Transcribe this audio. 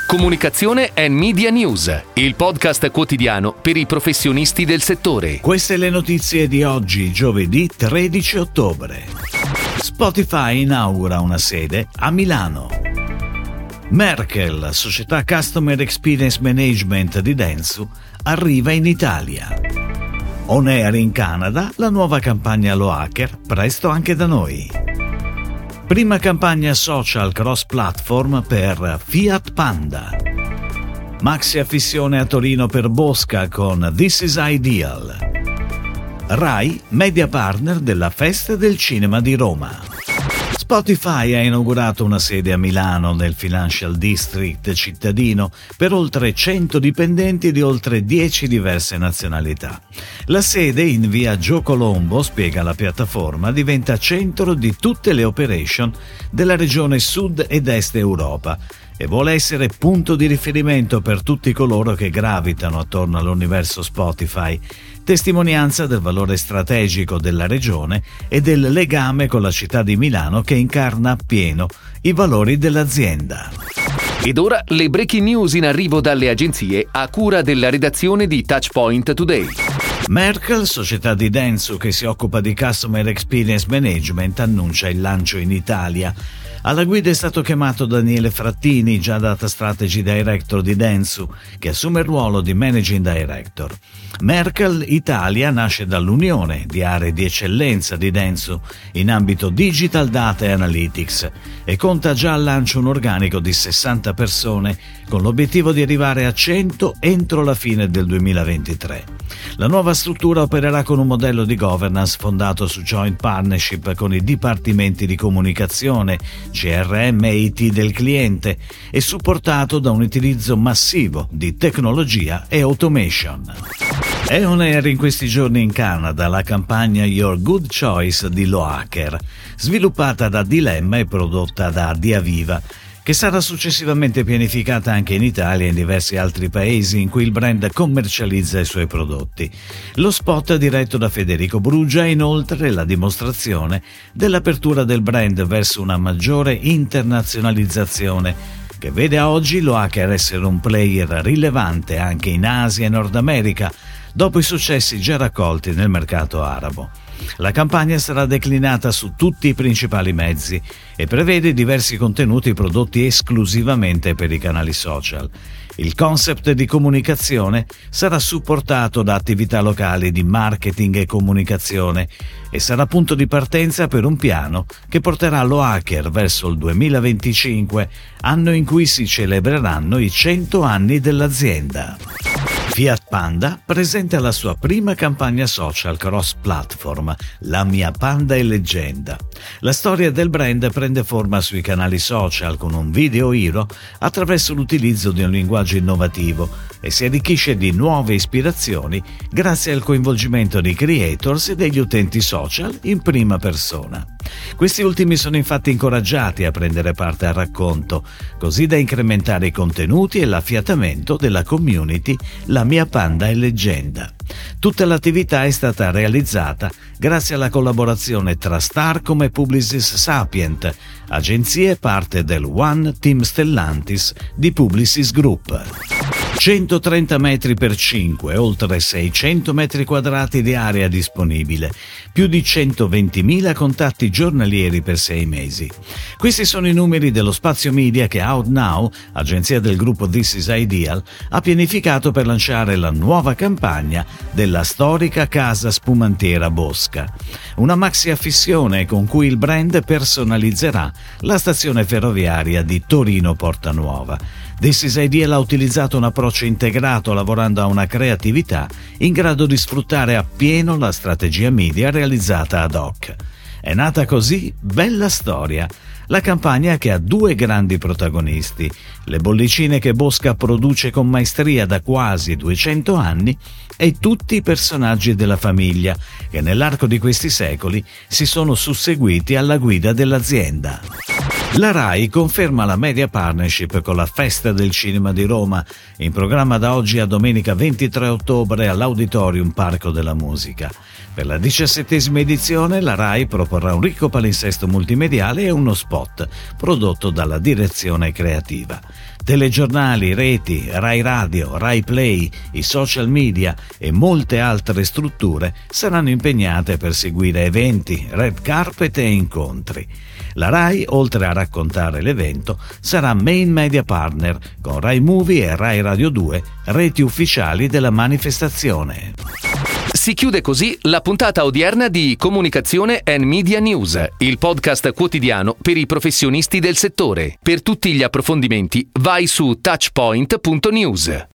Comunicazione and Media News, il podcast quotidiano per i professionisti del settore. Queste le notizie di oggi, giovedì 13 ottobre. Spotify inaugura una sede a Milano. Merkle, società Customer Experience Management di Dentsu, arriva in Italia. On air in Canada, la nuova campagna Loacker, presto anche da noi. Prima campagna social cross-platform per Fiat Panda. Maxi affissione a Torino per Bosca con This is Ideal. Rai, media partner della Festa del Cinema di Roma. Spotify ha inaugurato una sede a Milano nel Financial District cittadino per oltre 100 dipendenti di oltre 10 diverse nazionalità. La sede in via Gio Colombo, spiega la piattaforma, diventa centro di tutte le operation della regione Sud ed Est Europa e vuole essere punto di riferimento per tutti coloro che gravitano attorno all'universo Spotify, testimonianza del valore strategico della regione e del legame con la città di Milano che incarna appieno i valori dell'azienda. Ed ora le breaking news in arrivo dalle agenzie a cura della redazione di Touchpoint Today. Merkle, società di Dentsu che si occupa di Customer Experience Management, annuncia il lancio in Italia. Alla guida è stato chiamato Daniele Frattini, già Data Strategy Director di Dentsu, che assume il ruolo di Managing Director. Merkle Italia nasce dall'unione di aree di eccellenza di Dentsu in ambito Digital Data e Analytics e conta già al lancio un organico di 60 persone con l'obiettivo di arrivare a 100 entro la fine del 2023. La nuova struttura opererà con un modello di governance fondato su joint partnership con i dipartimenti di comunicazione, CRM e IT del cliente e supportato da un utilizzo massivo di tecnologia e automation. È on air in questi giorni in Canada la campagna Your Good Choice di Loacker, sviluppata da Dilemma e prodotta da Diaviva, che sarà successivamente pianificata anche in Italia e in diversi altri paesi in cui il brand commercializza i suoi prodotti. Lo spot diretto da Federico Brugia è inoltre la dimostrazione dell'apertura del brand verso una maggiore internazionalizzazione, che vede a oggi Loacker essere un player rilevante anche in Asia e Nord America, dopo i successi già raccolti nel mercato arabo. La campagna sarà declinata su tutti i principali mezzi e prevede diversi contenuti prodotti esclusivamente per i canali social. Il concept di comunicazione sarà supportato da attività locali di marketing e comunicazione e sarà punto di partenza per un piano che porterà Loacker verso il 2025, anno in cui si celebreranno i 100 anni dell'azienda. Fiat Panda presenta la sua prima campagna social cross-platform, La mia Panda è leggenda. La storia del brand prende forma sui canali social con un video hero attraverso l'utilizzo di un linguaggio innovativo e si arricchisce di nuove ispirazioni grazie al coinvolgimento di creators e degli utenti social in prima persona. Questi ultimi sono infatti incoraggiati a prendere parte al racconto, così da incrementare i contenuti e l'affiatamento della community La mia Panda è leggenda. Tutta l'attività è stata realizzata grazie alla collaborazione tra Starcom e Publicis Sapient, agenzie parte del One Team Stellantis di Publicis Group. 130 metri per 5, oltre 600 metri quadrati di area disponibile, più di 120.000 contatti giornalieri per 6 mesi. Questi sono i numeri dello spazio media che OutNow, agenzia del gruppo This is Ideal, ha pianificato per lanciare la nuova campagna della storica casa spumantiera Bosca. Una maxi affissione con cui il brand personalizzerà la stazione ferroviaria di Torino Portanuova. This is Ideal ha utilizzato un approccio integrato lavorando a una creatività in grado di sfruttare appieno la strategia media realizzata ad hoc. È nata così Bella Storia, la campagna che ha due grandi protagonisti, le bollicine che Bosca produce con maestria da quasi 200 anni e tutti i personaggi della famiglia che nell'arco di questi secoli si sono susseguiti alla guida dell'azienda. La Rai conferma la media partnership con la Festa del Cinema di Roma, in programma da oggi a domenica 23 ottobre all'Auditorium Parco della Musica. Per la 17ª edizione la RAI proporrà un ricco palinsesto multimediale e uno spot prodotto dalla direzione creativa. Telegiornali, reti, Rai Radio, Rai Play, i social media e molte altre strutture saranno impegnate per seguire eventi, red carpet e incontri. La RAI, oltre a raccontare l'evento, sarà main media partner con Rai Movie e Rai Radio 2, reti ufficiali della manifestazione. Si chiude così la puntata odierna di Comunicazione and Media News, il podcast quotidiano per i professionisti del settore. Per tutti gli approfondimenti vai su touchpoint.news.